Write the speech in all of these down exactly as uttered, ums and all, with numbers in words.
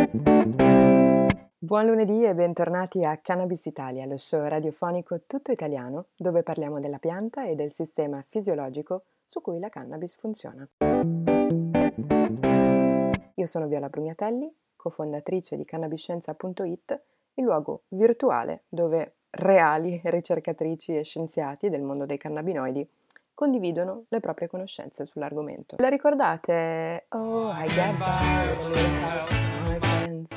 Buon lunedì e bentornati a Cannabis Italia, lo show radiofonico tutto italiano dove parliamo della pianta e del sistema fisiologico su cui la cannabis funziona. Io sono Viola Brugnatelli, cofondatrice di cannabiscienza punto it, il luogo virtuale dove reali ricercatrici e scienziati del mondo dei cannabinoidi condividono le proprie conoscenze sull'argomento. La ricordate? Oh, I get by with a little help from my friends.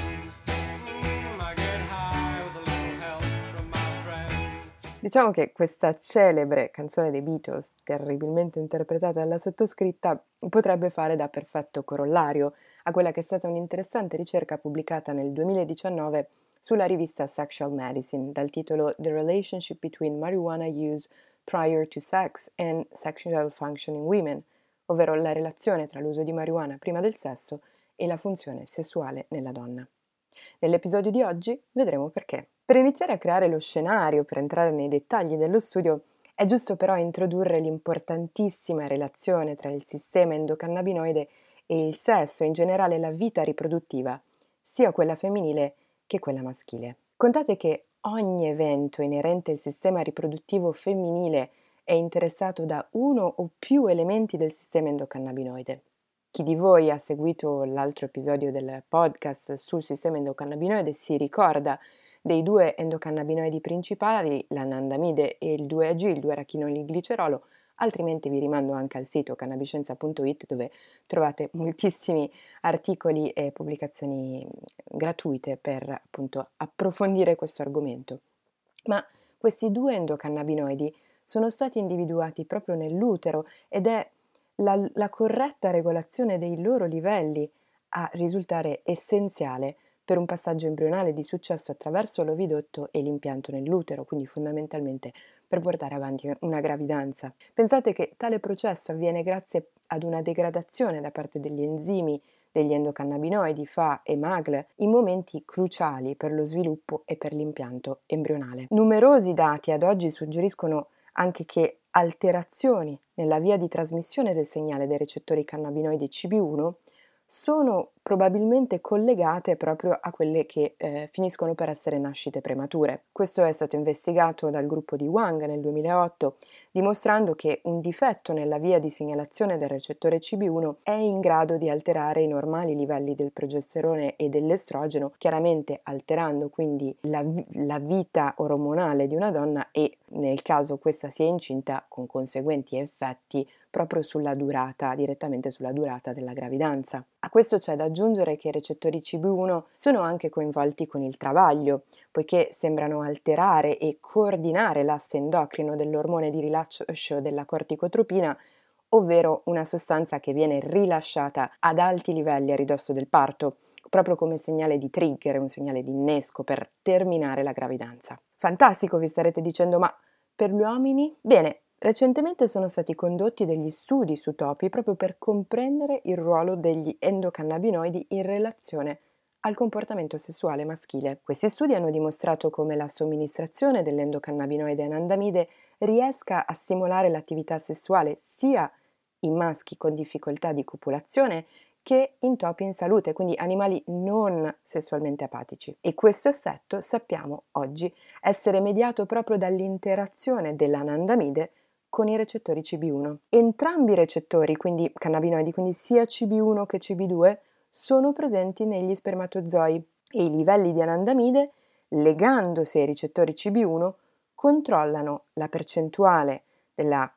Diciamo che questa celebre canzone dei Beatles, terribilmente interpretata dalla sottoscritta, potrebbe fare da perfetto corollario a quella che è stata un'interessante ricerca pubblicata nel duemiladiciannove sulla rivista Sexual Medicine dal titolo The Relationship Between Marijuana Use Prior to Sex and Sexual Function in Women, ovvero la relazione tra l'uso di marijuana prima del sesso e la funzione sessuale nella donna. Nell'episodio di oggi vedremo perché. Per iniziare a creare lo scenario, per entrare nei dettagli dello studio, è giusto però introdurre l'importantissima relazione tra il sistema endocannabinoide e il sesso e in generale la vita riproduttiva, sia quella femminile che quella maschile. Contate che ogni evento inerente al sistema riproduttivo femminile è interessato da uno o più elementi del sistema endocannabinoide. Chi di voi ha seguito l'altro episodio del podcast sul sistema endocannabinoide si ricorda dei due endocannabinoidi principali, l'anandamide e il due A G, il due arachinolglicerolo, altrimenti vi rimando anche al sito cannabiscienza punto it dove trovate moltissimi articoli e pubblicazioni gratuite per appunto approfondire questo argomento. Ma questi due endocannabinoidi sono stati individuati proprio nell'utero ed è La, la corretta regolazione dei loro livelli a risultare essenziale per un passaggio embrionale di successo attraverso l'ovidotto e l'impianto nell'utero, quindi fondamentalmente per portare avanti una gravidanza. Pensate che tale processo avviene grazie ad una degradazione da parte degli enzimi degli endocannabinoidi F A e M A G L in momenti cruciali per lo sviluppo e per l'impianto embrionale. Numerosi dati ad oggi suggeriscono anche che alterazioni nella via di trasmissione del segnale dei recettori cannabinoidi C B uno sono probabilmente collegate proprio a quelle che eh, finiscono per essere nascite premature. Questo è stato investigato dal gruppo di Wang nel duemilaotto, dimostrando che un difetto nella via di segnalazione del recettore C B uno è in grado di alterare i normali livelli del progesterone e dell'estrogeno, chiaramente alterando quindi la, la vita ormonale di una donna e, nel caso questa sia incinta, con conseguenti effetti proprio sulla durata, direttamente sulla durata della gravidanza. A questo c'è da aggiungere che i recettori C B uno sono anche coinvolti con il travaglio, poiché sembrano alterare e coordinare l'asse endocrino dell'ormone di rilascio della corticotropina, ovvero una sostanza che viene rilasciata ad alti livelli a ridosso del parto, proprio come segnale di trigger, un segnale di innesco per terminare la gravidanza. Fantastico, vi starete dicendo, ma per gli uomini? Bene, recentemente sono stati condotti degli studi su topi proprio per comprendere il ruolo degli endocannabinoidi in relazione al comportamento sessuale maschile. Questi studi hanno dimostrato come la somministrazione dell'endocannabinoide anandamide riesca a stimolare l'attività sessuale sia in maschi con difficoltà di copulazione che in topi in salute, quindi animali non sessualmente apatici. E questo effetto sappiamo oggi essere mediato proprio dall'interazione dell'anandamide con i recettori C B uno. Entrambi i recettori, quindi cannabinoidi, quindi sia C B uno che C B due, sono presenti negli spermatozoi e i livelli di anandamide, legandosi ai recettori C B uno, controllano la percentuale della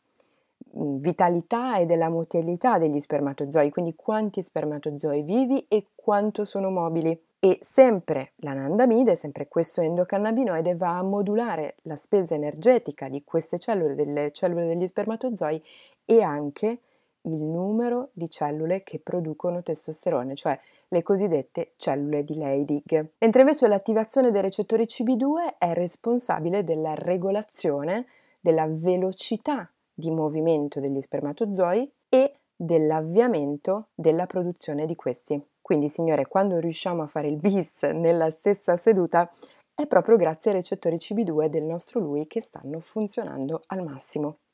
vitalità e della motilità degli spermatozoi, quindi quanti spermatozoi vivi e quanto sono mobili. E sempre l'anandamide, sempre questo endocannabinoide, va a modulare la spesa energetica di queste cellule, delle cellule degli spermatozoi, e anche il numero di cellule che producono testosterone, cioè le cosiddette cellule di Leydig. Mentre invece l'attivazione dei recettori C B due è responsabile della regolazione della velocità di movimento degli spermatozoi e dell'avviamento della produzione di questi. Quindi, signore, quando riusciamo a fare il bis nella stessa seduta è proprio grazie ai recettori C B due del nostro lui che stanno funzionando al massimo.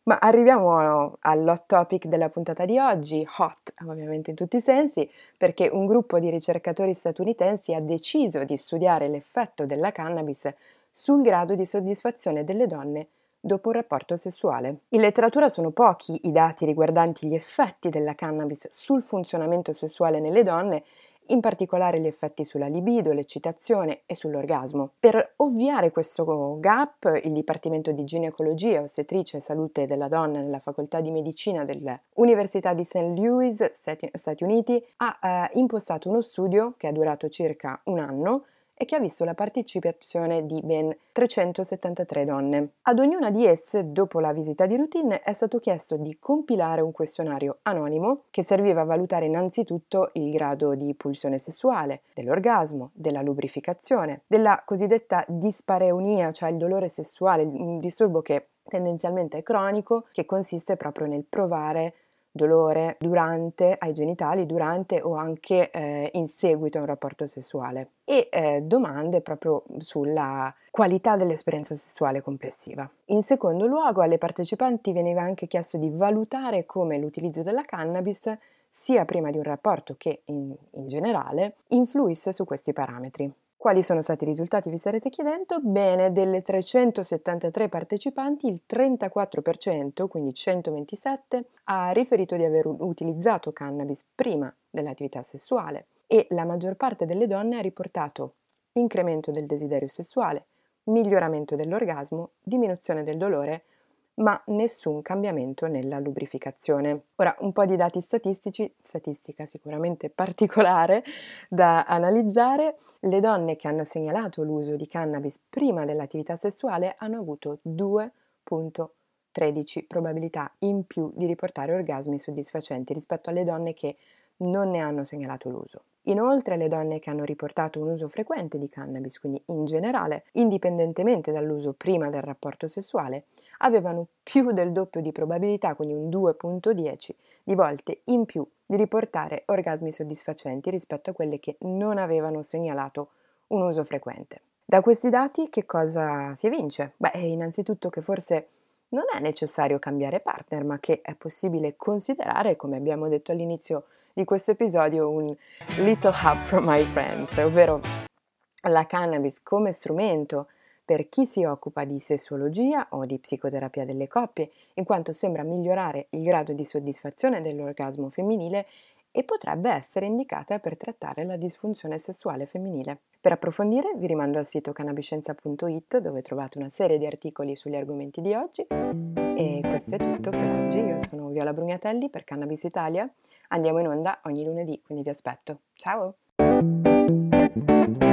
Ma arriviamo all'hot topic della puntata di oggi, hot ovviamente in tutti i sensi, perché un gruppo di ricercatori statunitensi ha deciso di studiare l'effetto della cannabis sul grado di soddisfazione delle donne dopo un rapporto sessuale. In letteratura sono pochi i dati riguardanti gli effetti della cannabis sul funzionamento sessuale nelle donne, in particolare gli effetti sulla libido, l'eccitazione e sull'orgasmo. Per ovviare questo gap, il Dipartimento di Ginecologia, Ostetricia e Salute della Donna nella Facoltà di Medicina dell'Università di Saint Louis, Stati Uniti, ha eh, impostato uno studio che è durato circa un anno e che ha visto la partecipazione di ben trecentosettantatré donne. Ad ognuna di esse, dopo la visita di routine, è stato chiesto di compilare un questionario anonimo che serviva a valutare innanzitutto il grado di pulsione sessuale, dell'orgasmo, della lubrificazione, della cosiddetta dispareunia, cioè il dolore sessuale, un disturbo che tendenzialmente è cronico, che consiste proprio nel provare dolore durante ai genitali, durante o anche eh, in seguito a un rapporto sessuale e eh, domande proprio sulla qualità dell'esperienza sessuale complessiva. In secondo luogo, alle partecipanti veniva anche chiesto di valutare come l'utilizzo della cannabis, sia prima di un rapporto che in, in generale, influisse su questi parametri. Quali sono stati i risultati, vi starete chiedendo? Bene, delle trecentosettantatré partecipanti, il trentaquattro per cento, quindi centoventisette, ha riferito di aver utilizzato cannabis prima dell'attività sessuale e la maggior parte delle donne ha riportato incremento del desiderio sessuale, miglioramento dell'orgasmo, diminuzione del dolore, ma nessun cambiamento nella lubrificazione. Ora, un po' di dati statistici, statistica sicuramente particolare da analizzare. Le donne che hanno segnalato l'uso di cannabis prima dell'attività sessuale hanno avuto due virgola tredici probabilità in più di riportare orgasmi soddisfacenti rispetto alle donne che non ne hanno segnalato l'uso. Inoltre, le donne che hanno riportato un uso frequente di cannabis, quindi in generale, indipendentemente dall'uso prima del rapporto sessuale, avevano più del doppio di probabilità, quindi un due virgola dieci di volte in più di riportare orgasmi soddisfacenti rispetto a quelle che non avevano segnalato un uso frequente. Da questi dati che cosa si evince? Beh, innanzitutto che forse non è necessario cambiare partner, ma che è possibile considerare, come abbiamo detto all'inizio di questo episodio, un little help from my friends, ovvero la cannabis come strumento per chi si occupa di sessuologia o di psicoterapia delle coppie, in quanto sembra migliorare il grado di soddisfazione dell'orgasmo femminile e potrebbe essere indicata per trattare la disfunzione sessuale femminile. Per approfondire vi rimando al sito cannabiscienza punto it dove trovate una serie di articoli sugli argomenti di oggi e questo è tutto per oggi. Io sono Viola Brugnatelli per Cannabis Italia. Andiamo in onda ogni lunedì, quindi vi aspetto. Ciao!